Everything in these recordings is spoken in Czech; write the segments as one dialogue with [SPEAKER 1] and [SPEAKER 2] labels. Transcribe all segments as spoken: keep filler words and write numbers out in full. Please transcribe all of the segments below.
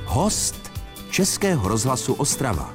[SPEAKER 1] Host Českého rozhlasu Ostrava.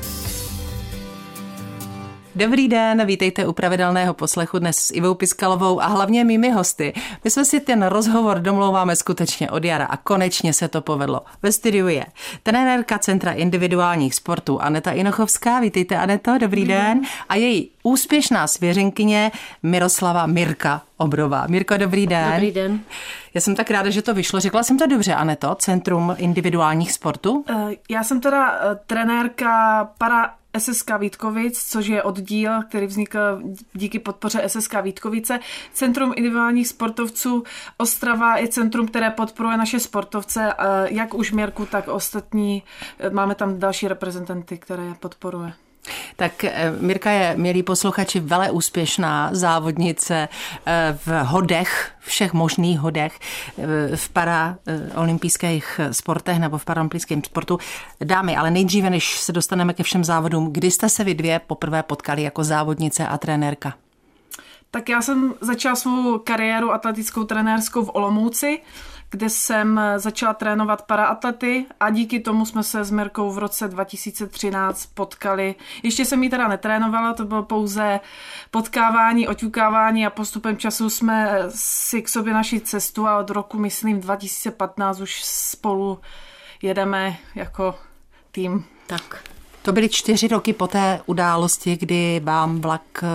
[SPEAKER 2] Dobrý den, vítejte u pravidelného poslechu dnes s Ivou Piskalovou a hlavně mými hosty. My jsme si ten rozhovor domlouváme skutečně od jara a konečně se to povedlo. Ve studiu je trenérka Centra individuálních sportů Aneta Inochovská. Vítejte, Aneto, dobrý den. A její úspěšná svěřenkyně Miroslava Mirka Obrová. Mirko, dobrý den.
[SPEAKER 3] Dobrý den.
[SPEAKER 2] Já jsem tak ráda, že to vyšlo. Řekla jsem to dobře, Aneto, Centrum individuálních sportů?
[SPEAKER 3] Já jsem teda trenérka para S S K Vítkovic, což je oddíl, který vznikl díky podpoře S S K Vítkovice. Centrum individuálních sportovců Ostrava je centrum, které podporuje naše sportovce, jak už Mirku, tak ostatní. Máme tam další reprezentanty, které podporuje.
[SPEAKER 2] Tak Mirka je, milí posluchači, vele úspěšná závodnice v hodech, všech možných hodech, v paraolympijských sportech nebo v paraolympijském sportu. Dámy, ale nejdříve, než se dostaneme ke všem závodům, kdy jste se vy dvě poprvé potkali jako závodnice a trenérka?
[SPEAKER 3] Tak já jsem začala svou kariéru atletickou trenérskou v Olomouci, kde jsem začala trénovat paraatlety a díky tomu jsme se s Mirkou v roce dva tisíce třináct potkali. Ještě jsem ji teda netrénovala, to bylo pouze potkávání, oťukávání a postupem času jsme si k sobě našli cestu a od roku, myslím, dva tisíce patnáct už spolu jedeme jako tým.
[SPEAKER 2] Tak. To byly čtyři roky po té události, kdy vám vlak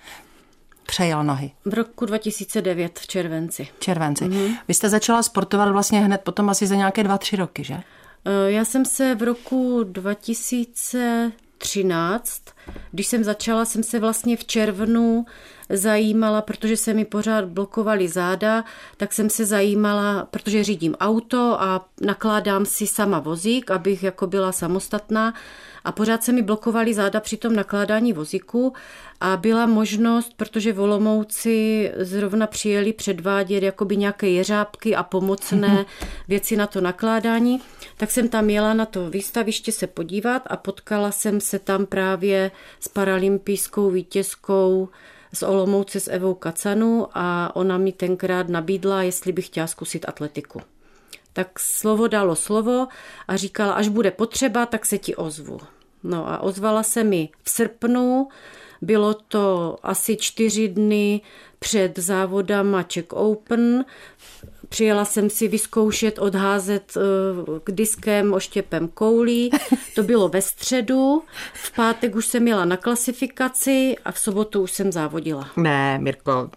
[SPEAKER 2] přejel nohy.
[SPEAKER 3] V roku dva tisíce devět v červenci.
[SPEAKER 2] Červenci. Mm-hmm. Vy jste začala sportovat vlastně hned potom asi za nějaké dva, tři roky, že?
[SPEAKER 4] Já jsem se v roku dva tisíce třináct, když jsem začala, jsem se vlastně v červnu zajímala, protože se mi pořád blokovaly záda, tak jsem se zajímala, protože řídím auto a nakládám si sama vozík, abych jako byla samostatná. A pořád se mi blokovaly záda při tom nakládání vozíku a byla možnost, protože v Olomouci zrovna přijeli předvádět jakoby nějaké jeřábky a pomocné věci na to nakládání, tak jsem tam jela na to výstaviště se podívat a potkala jsem se tam právě s paralympijskou vítězkou z Olomouce s Evou Kacanu a ona mi tenkrát nabídla, jestli bych chtěla zkusit atletiku. Tak slovo dalo slovo a říkala, až bude potřeba, tak se ti ozvu. No a ozvala se mi v srpnu, bylo to asi čtyři dny před závodama Czech Open. Přijela jsem si vyzkoušet odházet k diskem oštěpem koulí. To bylo ve středu, v pátek už jsem měla na klasifikaci a v sobotu už jsem závodila.
[SPEAKER 2] Ne, Mirko,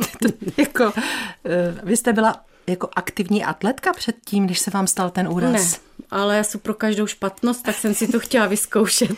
[SPEAKER 2] jako, vy jste byla jako aktivní atletka předtím, když se vám stal ten úraz?
[SPEAKER 4] Ne, ale já jsem pro každou špatnost, tak jsem si to chtěla vyzkoušet.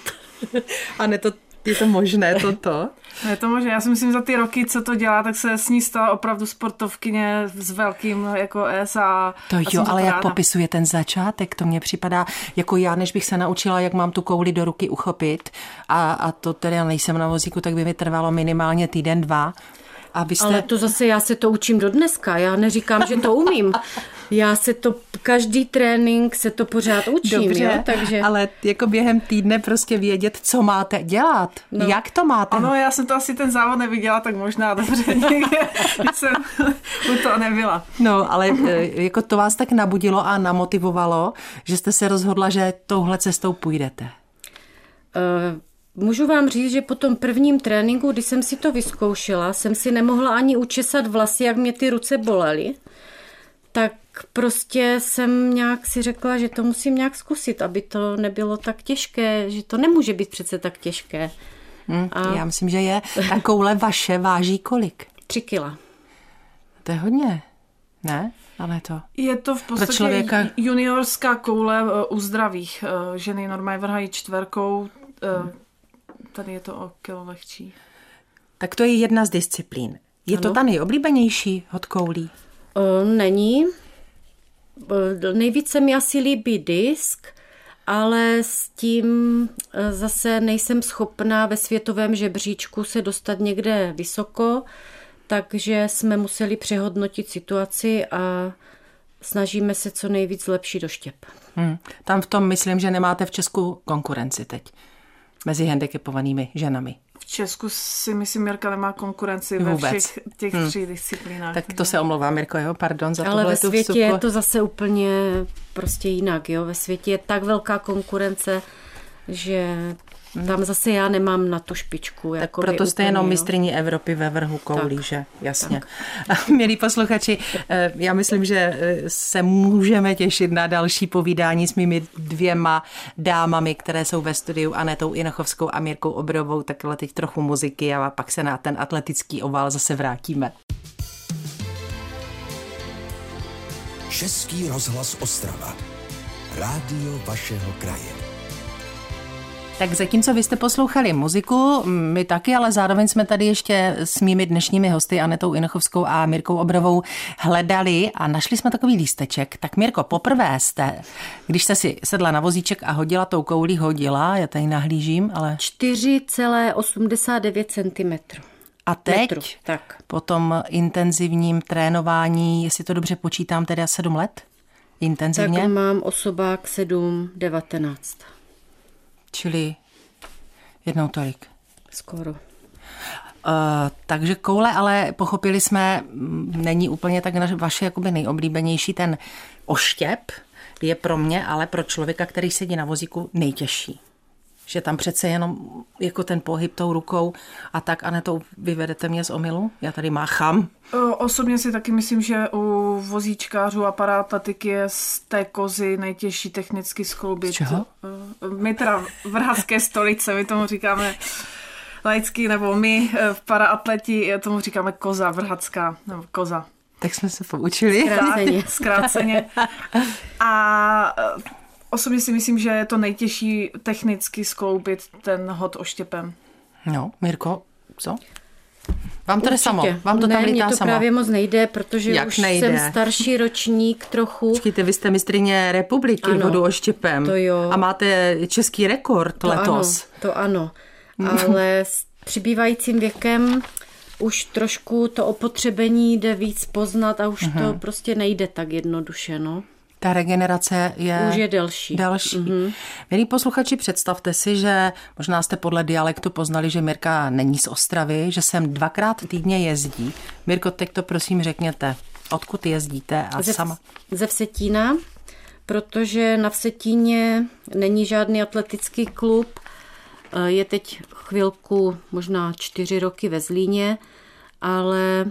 [SPEAKER 2] A ne, to, je to možné toto?
[SPEAKER 3] Je to možné. Já si myslím, za ty roky, co to dělá, tak se s ní stala opravdu sportovkyně s velkým jako S. A,
[SPEAKER 2] to
[SPEAKER 3] a
[SPEAKER 2] jo, ale
[SPEAKER 3] to
[SPEAKER 2] jak
[SPEAKER 3] ráda.
[SPEAKER 2] popisuje ten začátek, to mně připadá, jako já, než bych se naučila, jak mám tu kouli do ruky uchopit a, a to teda nejsem na vozíku, tak by mi trvalo minimálně týden, dva. Abyste...
[SPEAKER 4] Ale to zase já se to učím do dneska, já neříkám, že to umím. Já se to, každý trénink se to pořád učím.
[SPEAKER 2] Dobře,
[SPEAKER 4] jo? Takže...
[SPEAKER 2] ale jako během týdne prostě vědět, co máte dělat, no. Jak to máte.
[SPEAKER 3] Ano, já jsem to asi ten závod neviděla, tak možná dobře někde, když jsem u toho nebyla.
[SPEAKER 2] No, ale jako to vás tak nabudilo a namotivovalo, že jste se rozhodla, že touhle cestou půjdete.
[SPEAKER 4] Uh... Můžu vám říct, že po tom prvním tréninku, když jsem si to vyzkoušela, jsem si nemohla ani učesat vlasy, jak mě ty ruce bolely. Tak prostě jsem nějak si řekla, že to musím nějak zkusit, aby to nebylo tak těžké, že to nemůže být přece tak těžké.
[SPEAKER 2] Hmm, A... Já myslím, že je. Ta koule vaše váží kolik?
[SPEAKER 4] Tři kila.
[SPEAKER 2] To je hodně, ne? Ale to...
[SPEAKER 3] Je to v podstatě člověka... juniorská koule u zdravých. Ženy normálně vrhají čtverkou, hmm. Tady je to o kilo lehčí.
[SPEAKER 2] Tak to je jedna z disciplín. Je ano. To ta nejoblíbenější od koulí?
[SPEAKER 4] O, není. O, nejvíce mi asi líbí disk, ale s tím zase nejsem schopná ve světovém žebříčku se dostat někde vysoko, takže jsme museli přehodnotit situaci a snažíme se co nejvíc zlepšit do štěp.
[SPEAKER 2] Hmm. Tam v tom myslím, že nemáte v Česku konkurenci teď. mezi handicapovanými ženami?
[SPEAKER 3] V Česku si myslím, Mirka nemá konkurenci ve
[SPEAKER 2] Vůbec.
[SPEAKER 3] všech těch
[SPEAKER 2] hmm.
[SPEAKER 3] tří disciplínách.
[SPEAKER 2] Tak to se omlouvám, Mirko, jo, pardon za
[SPEAKER 4] Ale ve světě
[SPEAKER 2] vstupu.
[SPEAKER 4] je to zase úplně prostě jinak, jo. Ve světě je tak velká konkurence, že tam zase já nemám na tu špičku.
[SPEAKER 2] Tak
[SPEAKER 4] jakoby
[SPEAKER 2] proto jste
[SPEAKER 4] úplně,
[SPEAKER 2] jenom
[SPEAKER 4] jo.
[SPEAKER 2] mistryní Evropy ve vrhu koulí,
[SPEAKER 4] Tak.
[SPEAKER 2] že? Jasně. Milí posluchači, já myslím, že se můžeme těšit na další povídání s mými dvěma dámami, které jsou ve studiu, Anetou Inochovskou a Mirkou Obrovou. Takhle teď trochu muziky a pak se na ten atletický ovál zase vrátíme.
[SPEAKER 1] Český rozhlas Ostrava. Rádio vašeho kraje.
[SPEAKER 2] Tak zatímco vy jste poslouchali muziku, my taky, ale zároveň jsme tady ještě s mými dnešními hosty Anetou Inochovskou a Mirkou Obrovou hledali a našli jsme takový lísteček. Tak Mirko, poprvé jste, když jste si sedla na vozíček a hodila tou koulí, hodila, já tady nahlížím, ale...
[SPEAKER 4] čtyři celá osmdesát devět centimetrů.
[SPEAKER 2] A teď
[SPEAKER 4] Metru, tak.
[SPEAKER 2] po tom intenzivním trénování, jestli to dobře počítám, teda sedm let? Intenzivně?
[SPEAKER 4] Tak mám osobák sedm devatenáct.
[SPEAKER 2] Čili jednou tolik.
[SPEAKER 4] Skoro.
[SPEAKER 2] Uh, takže koule, ale pochopili jsme, není úplně tak naš, vaše jakoby nejoblíbenější. Ten oštěp je pro mě, ale pro člověka, který sedí na vozíku, nejtěžší. Že tam přece jenom jako ten pohyb tou rukou a tak, a ne to vyvedete mě z omylu? Já tady máchám.
[SPEAKER 3] Osobně si taky myslím, že u vozíčkářů a paraatletiky je z té kozy nejtěžší technicky skloubit.
[SPEAKER 2] Z čeho?
[SPEAKER 3] My teda vrhacké stolice, my tomu říkáme laicky, nebo my v paraatleti tomu říkáme koza, vrhacká, nebo koza.
[SPEAKER 2] Tak jsme se poučili.
[SPEAKER 3] Zkráceně. Zkráceně. A osobně si myslím, že je to nejtěžší technicky skloubit ten hod oštěpem.
[SPEAKER 2] No, Mirko, co? Vám to jde samo? Vám to
[SPEAKER 4] ne,
[SPEAKER 2] tam
[SPEAKER 4] mně
[SPEAKER 2] lítá
[SPEAKER 4] to
[SPEAKER 2] samo?
[SPEAKER 4] právě moc nejde, protože
[SPEAKER 2] Jak
[SPEAKER 4] už
[SPEAKER 2] nejde?
[SPEAKER 4] jsem starší ročník trochu.
[SPEAKER 2] Počkejte, vy jste mistryně republiky
[SPEAKER 4] Ano,
[SPEAKER 2] vodu oštěpem.
[SPEAKER 4] to jo.
[SPEAKER 2] A máte český rekord
[SPEAKER 4] To
[SPEAKER 2] letos.
[SPEAKER 4] ano, to ano. Ale s přibývajícím věkem už trošku to opotřebení jde víc poznat a už
[SPEAKER 2] Mhm.
[SPEAKER 4] to prostě nejde tak jednoduše, no.
[SPEAKER 2] Ta regenerace je...
[SPEAKER 4] Už je delší.
[SPEAKER 2] Další. Mm-hmm. Milí posluchači, představte si, že možná jste podle dialektu poznali, že Mirka není z Ostravy, že sem dvakrát týdně jezdí. Mirko, teď to prosím řekněte, odkud jezdíte a
[SPEAKER 4] Ze,
[SPEAKER 2] sama?
[SPEAKER 4] ze Vsetína, protože na Vsetíně není žádný atletický klub. Je teď chvilku, možná čtyři roky ve Zlíně, ale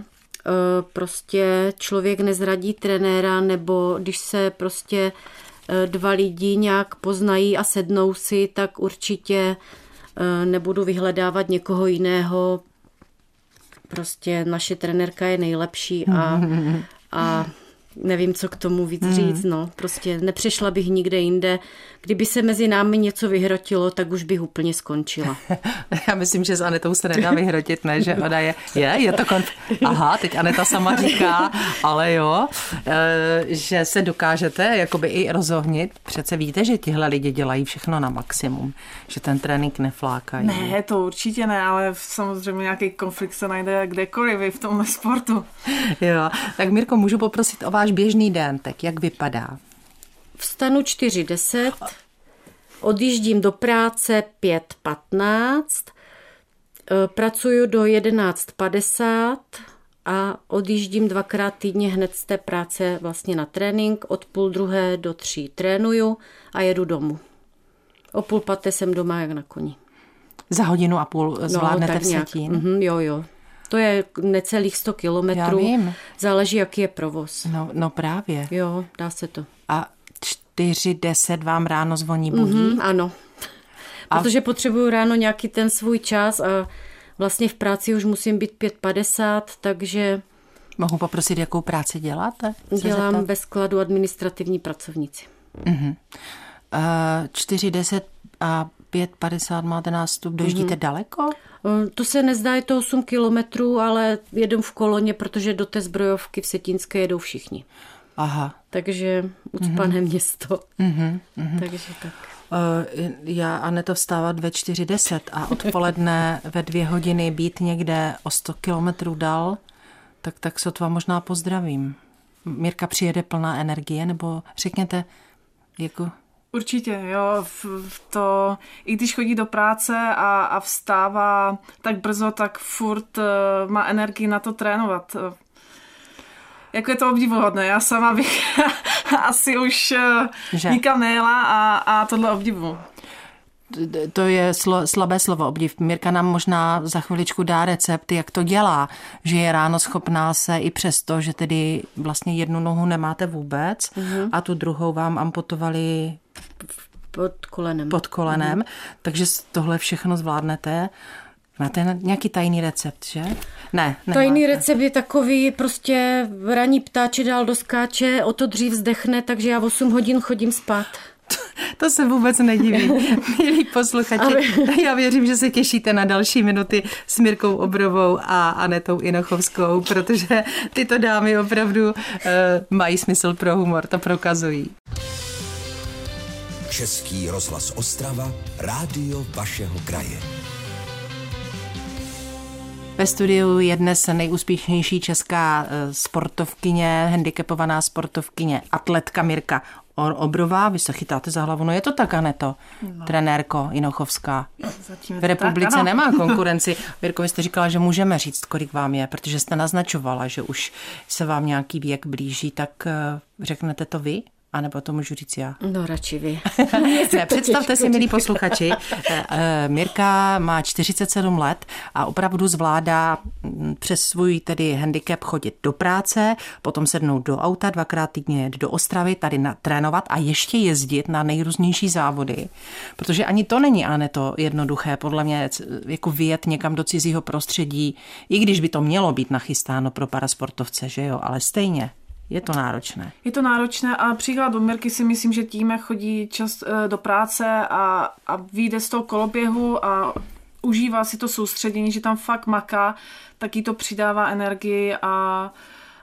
[SPEAKER 4] prostě člověk nezradí trenéra, nebo když se prostě dva lidi nějak poznají a sednou si, tak určitě nebudu vyhledávat někoho jiného. Prostě naše trenérka je nejlepší a, a nevím, co k tomu víc říct. No. Prostě nepřešla bych nikde jinde. Kdyby se mezi námi něco vyhrotilo, tak už bych úplně skončila.
[SPEAKER 2] Já myslím, že s Anetou se nedá vyhrotit, ne? Že ona je, je, je to konf... Aha, teď Aneta sama říká, ale jo, že se dokážete jakoby i rozohnit. Přece víte, že tihle lidi dělají všechno na maximum, že ten trénink neflákají.
[SPEAKER 3] Ne, to určitě ne, ale samozřejmě nějaký konflikt se najde kdekoliv v tomhle sportu.
[SPEAKER 2] Jo, tak Mirko, můžu poprosit o váš běžný den, tak jak vypadá?
[SPEAKER 4] Vstanu čtyři deset, odjíždím do práce pět patnáct, pracuju do jedenáct padesát a odjíždím dvakrát týdně hned z té práce vlastně na trénink. Od půl druhé do tří trénuju a jedu domů. O půl paté jsem doma jak na koni.
[SPEAKER 2] Za hodinu a půl zvládnete
[SPEAKER 4] no,
[SPEAKER 2] Vsetín?
[SPEAKER 4] Mm-hmm, jo, jo. To je necelých sto kilometrů.
[SPEAKER 2] Já vím.
[SPEAKER 4] Záleží, jaký je provoz.
[SPEAKER 2] No, no právě.
[SPEAKER 4] Jo, dá se to.
[SPEAKER 2] A čtyři deset vám ráno zvoní budík?
[SPEAKER 4] Mm-hmm, ano.
[SPEAKER 2] A...
[SPEAKER 4] Protože potřebuju ráno nějaký ten svůj čas a vlastně v práci už musím být pět padesát, takže...
[SPEAKER 2] Mohu poprosit, jakou práci děláte?
[SPEAKER 4] Dělám ve skladu administrativní pracovnici.
[SPEAKER 2] Uh-huh. Uh, čtyři deset a pět padesát máte nástup. Dojíždíte uh-huh. daleko?
[SPEAKER 4] To se nezdá, je to osm kilometrů, ale jedou v koloně, protože do té zbrojovky v Setínské jedou všichni.
[SPEAKER 2] Aha.
[SPEAKER 4] Takže ucpané uh-huh. město.
[SPEAKER 2] Uh-huh. Uh-huh.
[SPEAKER 4] Takže tak.
[SPEAKER 2] Uh, já Aneto vstávat ve čtyři deset a odpoledne ve dvě hodiny být někde o sto kilometrů dál, tak, tak sotva možná pozdravím. Mirka přijede plná energie, nebo řekněte, jako...
[SPEAKER 3] Určitě, jo. To, i když chodí do práce a, a vstává tak brzo, tak furt uh, má energii na to trénovat. Jako je to obdivuhodné. Já sama bych asi už uh, nikam nejela a, a tohle obdivuju.
[SPEAKER 2] To je slo, slabé slovo obdiv. Mirka nám možná za chviličku dá recept, jak to dělá, že je ráno schopná se i přesto, že tedy vlastně jednu nohu nemáte vůbec mm-hmm. a tu druhou vám amputovali
[SPEAKER 4] pod kolenem.
[SPEAKER 2] Pod kolenem, mm-hmm. takže tohle všechno zvládnete. Máte nějaký tajný recept, že? Ne, nemáte.
[SPEAKER 4] Tajný recept je takový, prostě raní ptáče dál doskáče, o to dřív zdechne, takže já osm hodin chodím spát.
[SPEAKER 2] To se vůbec nedivím. Milí posluchači, já věřím, že se těšíte na další minuty s Mirkou Obrovou a Anetou Inochovskou, protože tyto dámy opravdu uh, mají smysl pro humor, to prokazují.
[SPEAKER 1] Český rozhlas Ostrava, rádio vašeho kraje.
[SPEAKER 2] Ve studiu je dnes nejúspěšnější česká sportovkyně, handicapovaná sportovkyně, atletka Mirka Obrová. Vy se chytáte za hlavu, no je to tak, Aneto, no. Trenérko Inochovská. V republice tak, nemá konkurenci. Mirko, vy jste říkala, že můžeme říct, kolik vám je, protože jste naznačovala, že už se vám nějaký věk blíží, tak řeknete to vy? A nebo to můžu říct já?
[SPEAKER 4] No, radši vy.
[SPEAKER 2] Ne, představte si, milí posluchači, Mirka má čtyřicet sedm let a opravdu zvládá přes svůj tedy handicap chodit do práce, potom sednout do auta, dvakrát týdně jet do Ostravy, tady na, trénovat a ještě jezdit na nejrůznější závody. Protože ani to není, Ane, to jednoduché, podle mě, jako vyjet někam do cizího prostředí, i když by to mělo být nachystáno pro parasportovce, že jo, ale stejně. Je to náročné.
[SPEAKER 3] Je to náročné a příklad u Mirky si myslím, že tím, jak chodí čas do práce a, a vyjde z toho koloběhu a užívá si to soustředění, že tam fakt maká, tak jí to přidává energii a,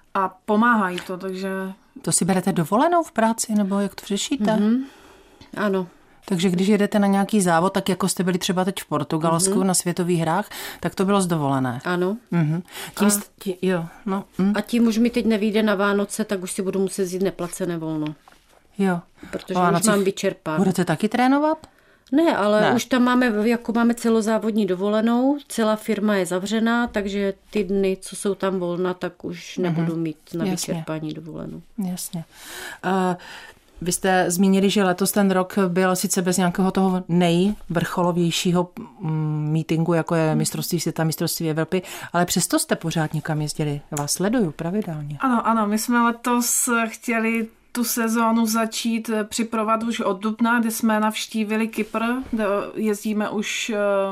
[SPEAKER 3] a pomáhá jí to, takže...
[SPEAKER 2] To si berete dovolenou v práci, nebo jak to řešíte?
[SPEAKER 4] Mm-hmm. Ano.
[SPEAKER 2] Takže když jedete na nějaký závod, tak jako jste byli třeba teď v Portugalsku mm-hmm. na světových hrách, tak to bylo zdovolené.
[SPEAKER 4] Ano.
[SPEAKER 2] Mm-hmm. Tím
[SPEAKER 4] a,
[SPEAKER 2] st- tí, jo, no, mm.
[SPEAKER 4] a tím už mi teď nevyjde na Vánoce, tak už si budu muset vzít neplacené volno.
[SPEAKER 2] Jo.
[SPEAKER 4] Protože už mám vyčerpán.
[SPEAKER 2] Budete taky trénovat?
[SPEAKER 4] Ne, ale
[SPEAKER 2] ne.
[SPEAKER 4] už tam máme, jako máme celozávodní dovolenou, celá firma je zavřená, takže ty dny, co jsou tam volna, tak už nebudu mm-hmm. mít na Jasně. vyčerpání dovolenou.
[SPEAKER 2] Jasně. Uh, Vy jste zmínili, že letos ten rok byl sice bez nějakého toho nejvrcholovějšího mítingu, jako je mistrovství světa, mistrovství Evropy, ale přesto jste pořád někam jezdili. Vás sleduju pravidelně.
[SPEAKER 3] Ano, ano, my jsme letos chtěli tu sezónu začít připravovat už od dubna, kde jsme navštívili Kypr, kde jezdíme už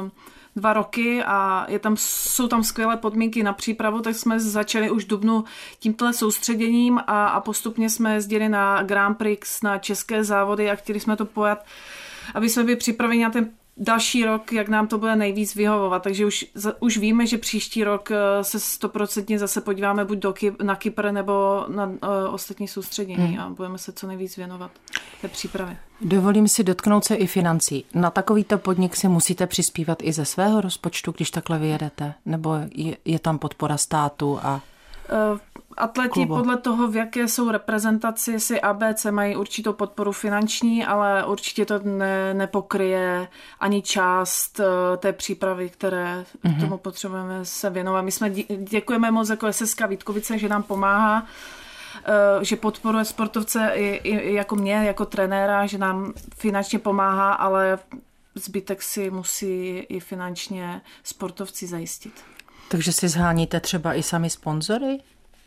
[SPEAKER 3] dva roky a je tam, jsou tam skvělé podmínky na přípravu, tak jsme začali už v dubnu tímto soustředěním a, a postupně jsme jezdili na Grand Prix, na české závody a chtěli jsme to pojat, aby jsme byli připraveni na ten další rok, jak nám to bude nejvíc vyhovovat. Takže už, už víme, že příští rok se stoprocentně zase podíváme buď do Kyp, na Kypr nebo na uh, ostatní soustředění hmm. a budeme se co nejvíc věnovat té přípravě.
[SPEAKER 2] Dovolím si dotknout se i financí. Na takovýto podnik si musíte přispívat i ze svého rozpočtu, když takhle vyjedete? Nebo je, je tam podpora státu a
[SPEAKER 3] uh, Atleti klubu. Podle toho, v jaké jsou reprezentaci, si A B C mají určitou podporu finanční, ale určitě to ne, nepokryje ani část uh, té přípravy, které mm-hmm. tomu potřebujeme se věnovat. My jsme dě, děkujeme moc jako S S K Vítkovice, že nám pomáhá, uh, že podporuje sportovce i, i jako mě, jako trenéra, že nám finančně pomáhá, ale zbytek si musí i finančně sportovci zajistit.
[SPEAKER 2] Takže si zháníte třeba i sami sponzory?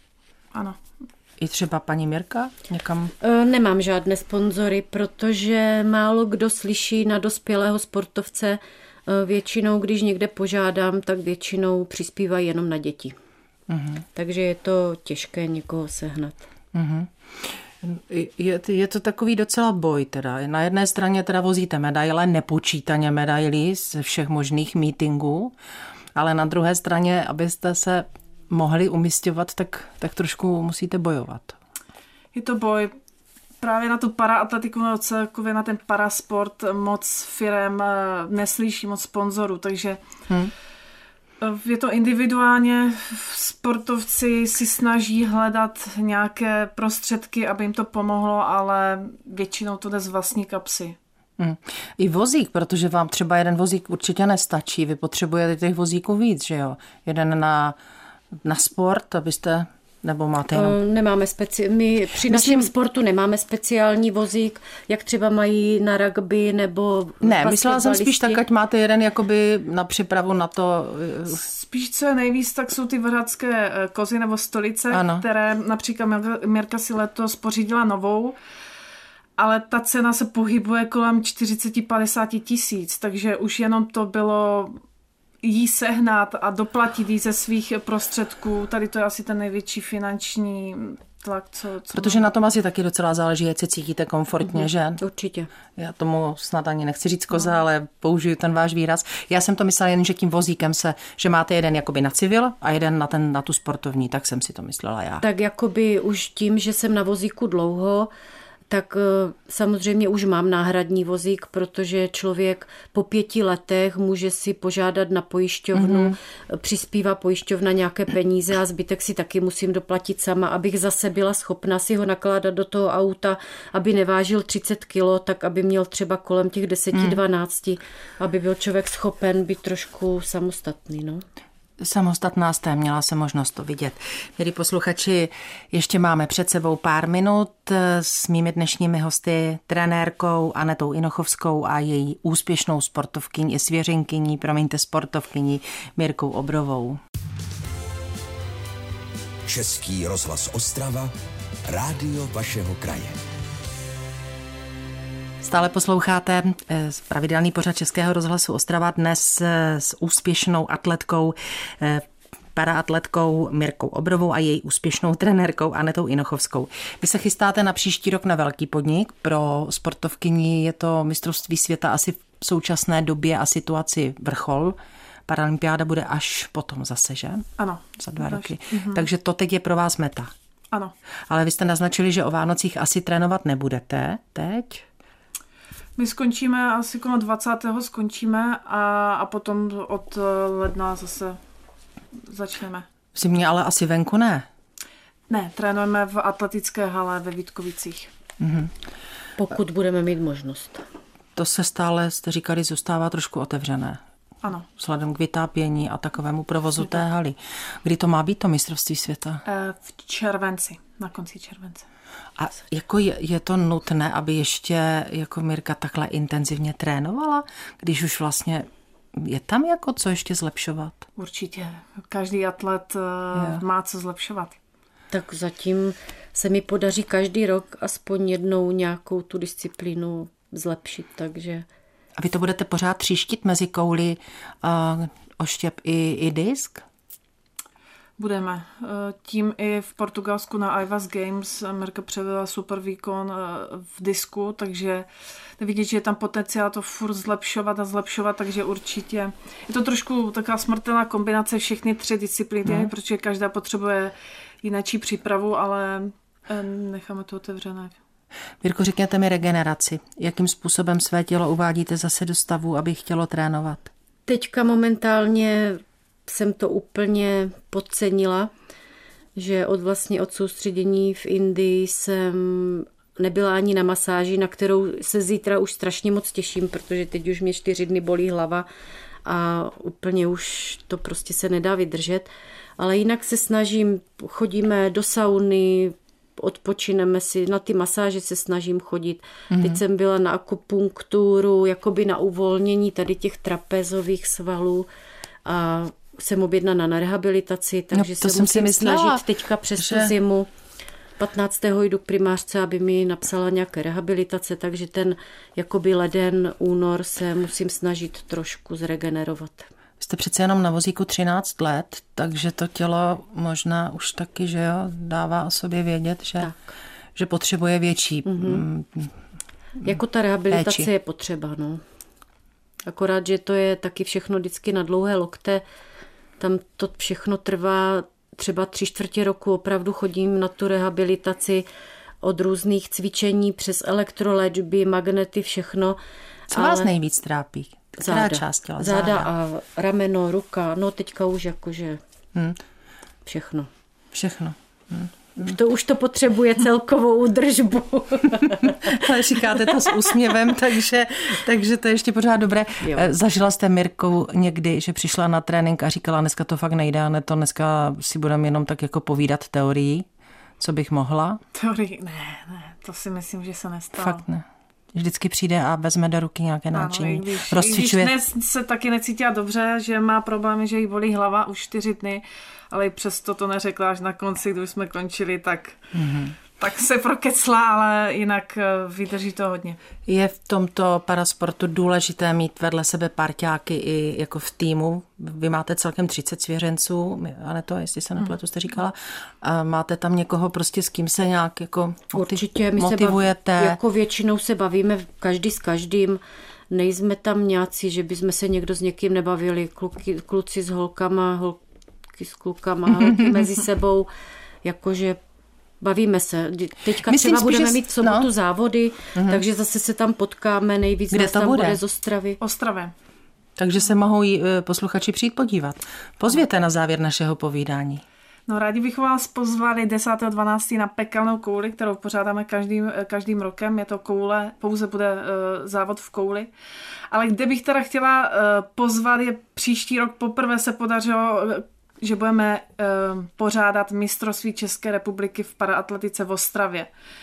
[SPEAKER 3] Ano.
[SPEAKER 2] I třeba paní Mirka někam?
[SPEAKER 4] Nemám žádné sponzory, protože málo kdo slyší na dospělého sportovce. Většinou, když někde požádám, tak většinou přispívají jenom na děti. Uh-huh. Takže je to těžké někoho sehnat. Uh-huh.
[SPEAKER 2] Je, je to takový docela boj teda. Na jedné straně teda vozíte medaile, nepočítaně medailí ze všech možných mítinků, ale na druhé straně, abyste se mohli umisťovat, tak, tak trošku musíte bojovat.
[SPEAKER 3] Je to boj. Právě na tu paraatletiku, no celkově na ten parasport moc firem neslyší, moc sponzorů, takže hmm. Je to individuálně, sportovci si snaží hledat nějaké prostředky, aby jim to pomohlo, ale většinou to jde z vlastní kapsy.
[SPEAKER 2] Hmm. I vozík, protože vám třeba jeden vozík určitě nestačí, vy potřebujete těch vozíků víc, že jo? Jeden na, na sport, abyste... Nebo máte jenom...
[SPEAKER 4] Nemáme speci... My při Myslím... našem sportu nemáme speciální vozík, jak třeba mají na rugby nebo...
[SPEAKER 2] Ne, myslela jsem spíš tak, ať máte jeden jakoby na přípravu na to...
[SPEAKER 3] Spíš co je nejvíc, tak jsou ty vrhatské kozy nebo stolice, ano. které například Mirka si letos pořídila novou, ale ta cena se pohybuje kolem čtyřicet až padesát tisíc, takže už jenom to bylo... jí sehnat a doplatit jí ze svých prostředků. Tady to je asi ten největší finanční tlak. Co, co
[SPEAKER 2] Protože má... na tom asi taky docela záleží, jak se cítíte komfortně, mm-hmm. že?
[SPEAKER 4] Určitě.
[SPEAKER 2] Já tomu snad ani nechci říct koza, no. ale použiju ten váš výraz. Já jsem to myslela jen, že tím vozíkem se, že máte jeden jakoby na civil a jeden na, ten, na tu sportovní, tak jsem si to myslela já.
[SPEAKER 4] Tak jakoby už tím, že jsem na vozíku dlouho, tak samozřejmě už mám náhradní vozík, protože člověk po pěti letech může si požádat na pojišťovnu, mm-hmm. přispívá pojišťovna nějaké peníze a zbytek si taky musím doplatit sama, abych zase byla schopna si ho nakládat do toho auta, aby nevážil třicet kilo, tak aby měl třeba kolem těch deset dvanáct, mm. aby byl člověk schopen být trošku samostatný. No.
[SPEAKER 2] Samostatná jste, měla jsem možnost to vidět. Milí posluchači, ještě máme před sebou pár minut s mými dnešními hosty, trenérkou Anetou Inochovskou a její úspěšnou sportovkyní i svěřenkyní, promiňte, sportovkyní Mirkou Obrovou.
[SPEAKER 1] Český rozhlas Ostrava, rádio vašeho kraje.
[SPEAKER 2] Stále posloucháte pravidelný pořad Českého rozhlasu Ostrava dnes s úspěšnou atletkou, paraatletkou Mirkou Obrovou a její úspěšnou trenérkou Anetou Inochovskou. Vy se chystáte na příští rok na velký podnik. Pro sportovkyni je to mistrovství světa asi v současné době a situaci vrchol. Paralympiáda bude až potom zase, že?
[SPEAKER 3] Ano.
[SPEAKER 2] Za dva roky. Mhm. Takže to teď je pro vás meta.
[SPEAKER 3] Ano.
[SPEAKER 2] Ale vy jste naznačili, že o Vánocích asi trénovat nebudete teď?
[SPEAKER 3] My skončíme asi kolem dvacátého skončíme a, a potom od ledna zase začneme.
[SPEAKER 2] V zimě ale asi venku ne?
[SPEAKER 3] Ne, trénujeme v atletické hale ve Vítkovicích.
[SPEAKER 2] Mhm.
[SPEAKER 4] Pokud budeme mít možnost.
[SPEAKER 2] To se stále, jste říkali, zůstává trošku otevřené.
[SPEAKER 3] Ano.
[SPEAKER 2] Vzhledem k vytápění a takovému provozu té haly. Kdy to má být to mistrovství světa?
[SPEAKER 3] V červenci, na konci července.
[SPEAKER 2] A jako je, je to nutné, aby ještě jako Mirka takhle intenzivně trénovala, když už vlastně je tam jako co ještě zlepšovat?
[SPEAKER 3] Určitě. Každý atlet je. Má co zlepšovat.
[SPEAKER 4] Tak zatím se mi podaří každý rok aspoň jednou nějakou tu disciplínu zlepšit, takže...
[SPEAKER 2] A vy to budete pořád tříštit mezi kouli, uh, oštěp i, i disk?
[SPEAKER 3] Budeme. Tím i v Portugalsku na I W A S Games Mirka předvedla super výkon v disku, takže vidět, že je tam potenciál to furt zlepšovat a zlepšovat, takže určitě. Je to trošku taková smrtelná kombinace všechny tři disciplíny, hmm. protože každá potřebuje jináčí přípravu, ale necháme to otevřené.
[SPEAKER 2] Mirko, řekněte mi regeneraci. Jakým způsobem své tělo uvádíte zase do stavu, aby chtělo trénovat?
[SPEAKER 4] Teďka momentálně jsem to úplně podcenila, že od vlastně od soustředění v Indii jsem nebyla ani na masáži, na kterou se zítra už strašně moc těším, protože teď už mě čtyři dny bolí hlava a úplně už to prostě se nedá vydržet. Ale jinak se snažím, chodíme do sauny, odpočineme si, na ty masáže se snažím chodit. Mm-hmm. Teď jsem byla na akupunkturu, jakoby na uvolnění tady těch trapezových svalů a jsem objednaná na rehabilitaci, takže no, se musím snažit teďka přes že... tu zimu. patnáctého jdu k primářce, aby mi napsala nějaké rehabilitace, takže ten jakoby leden, únor se musím snažit trošku zregenerovat.
[SPEAKER 2] Jste přece jenom na vozíku třináct let, takže to tělo možná už taky, že jo, dává o sobě vědět, že, že potřebuje větší mm-hmm.
[SPEAKER 4] m, jako ta rehabilitace péči. Je potřeba, no. Akorát, že to je taky všechno vždycky na dlouhé lokte, tam to všechno trvá třeba tři čtvrtě roku, opravdu chodím na tu rehabilitaci od různých cvičení přes elektroléčby, magnety, všechno.
[SPEAKER 2] Co vás ale... nejvíc trápí? Která záda. část těla?
[SPEAKER 4] Záda, záda a rameno, ruka, no teďka už jakože hmm. všechno.
[SPEAKER 2] Všechno. Hmm.
[SPEAKER 4] To už to potřebuje celkovou údržbu.
[SPEAKER 2] Ale říkáte to s úsměvem, takže, takže to je ještě pořád dobré. Jo. Zažila jste Mirku někdy, že přišla na trénink a říkala, dneska to fakt nejde, ne to dneska si budeme jenom tak jako povídat teorií, co bych mohla?
[SPEAKER 3] Teorii? Ne, ne, to si myslím, že se nestalo.
[SPEAKER 2] Fakt ne. Vždycky přijde a vezme do ruky nějaké náčiní.
[SPEAKER 3] Ano, když,
[SPEAKER 2] rozcvičuje.
[SPEAKER 3] Když dnes se taky necítila dobře, že má problémy, že jí bolí hlava už čtyři dny, ale i přesto to neřekla až na konci, když jsme končili, tak, mm-hmm. tak se prokecla, ale jinak vydrží to hodně.
[SPEAKER 2] Je v tomto parasportu důležité mít vedle sebe parťáky i jako v týmu. Vy máte celkem třicet svěřenců, Aneto, jestli se nepletu, jste říkala. A máte tam někoho prostě, s kým se nějak jako
[SPEAKER 4] určitě my
[SPEAKER 2] motivujete?
[SPEAKER 4] Se baví, jako většinou se bavíme každý s každým. Nejsme tam nějací, že bychom se někdo s někým nebavili. Kluky, kluci s holkama, holky s klukama, holky mezi sebou. Jakože bavíme se. Teďka Myslím, třeba budeme mít v sobotu no. závody, mm-hmm. takže zase se tam potkáme. Nejvíc
[SPEAKER 2] Kde
[SPEAKER 4] nás
[SPEAKER 2] to
[SPEAKER 4] tam
[SPEAKER 2] bude?
[SPEAKER 4] bude z Ostravy.
[SPEAKER 3] Ostravě.
[SPEAKER 2] Takže se mohou posluchači přijít podívat. Pozvěte na závěr našeho povídání.
[SPEAKER 3] No, rádi bych vás pozvali desátého dvanáctého na pekelnou kouli, kterou pořádáme každým, každým rokem. Je to koule, pouze bude uh, závod v kouli. Ale kde bych teda chtěla uh, pozvat, je příští rok poprvé se podařilo, uh, že budeme uh, pořádat mistrovství České republiky v paraatletice v Ostravě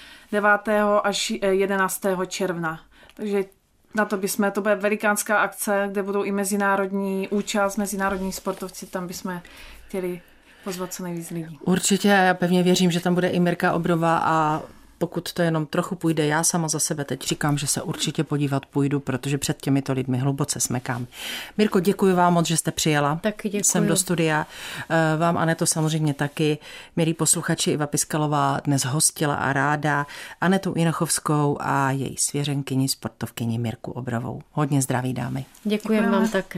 [SPEAKER 3] devátého až jedenáctého června. Takže na to bychom, to bude velikánská akce, kde budou i mezinárodní účast, mezinárodní sportovci, tam bychom chtěli pozvat co nejvíc lidí.
[SPEAKER 2] Určitě, já pevně věřím, že tam bude i Mirka Obrová a pokud to jenom trochu půjde, já sama za sebe teď říkám, že se určitě podívat půjdu, protože před těmito lidmi hluboce smekám. Mirko, děkuji vám moc, že jste přijela
[SPEAKER 4] taky děkuji.
[SPEAKER 2] Sem do studia. Vám, Aneto, samozřejmě taky. Milí posluchači, Iva Piskalová dnes hostila a ráda Anetu Jinochovskou a její svěřenkyni, sportovkyni Mirku Obrovou. Hodně zdraví, dámy.
[SPEAKER 4] Děkujeme vám také.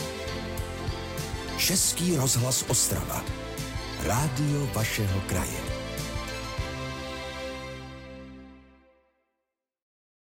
[SPEAKER 1] Český rozhlas Ostrava. Rádio vašeho kraje.